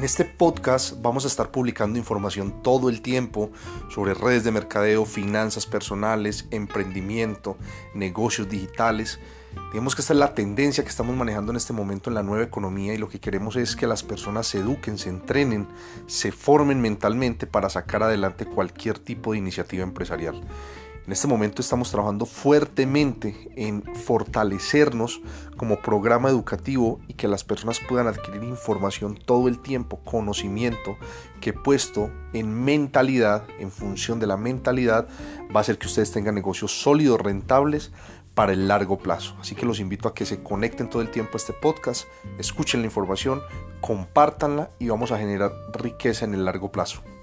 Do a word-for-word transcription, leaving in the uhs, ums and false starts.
En este podcast vamos a estar publicando información todo el tiempo sobre redes de mercadeo, finanzas personales, emprendimiento, negocios digitales. Digamos que esta es la tendencia que estamos manejando en este momento en la nueva economía y lo que queremos es que las personas se eduquen, se entrenen, se formen mentalmente para sacar adelante cualquier tipo de iniciativa empresarial. En este momento estamos trabajando fuertemente en fortalecernos como programa educativo y que las personas puedan adquirir información todo el tiempo, conocimiento que puesto en mentalidad, en función de la mentalidad, va a hacer que ustedes tengan negocios sólidos, rentables para el largo plazo. Así que los invito a que se conecten todo el tiempo a este podcast, escuchen la información, compártanla y vamos a generar riqueza en el largo plazo.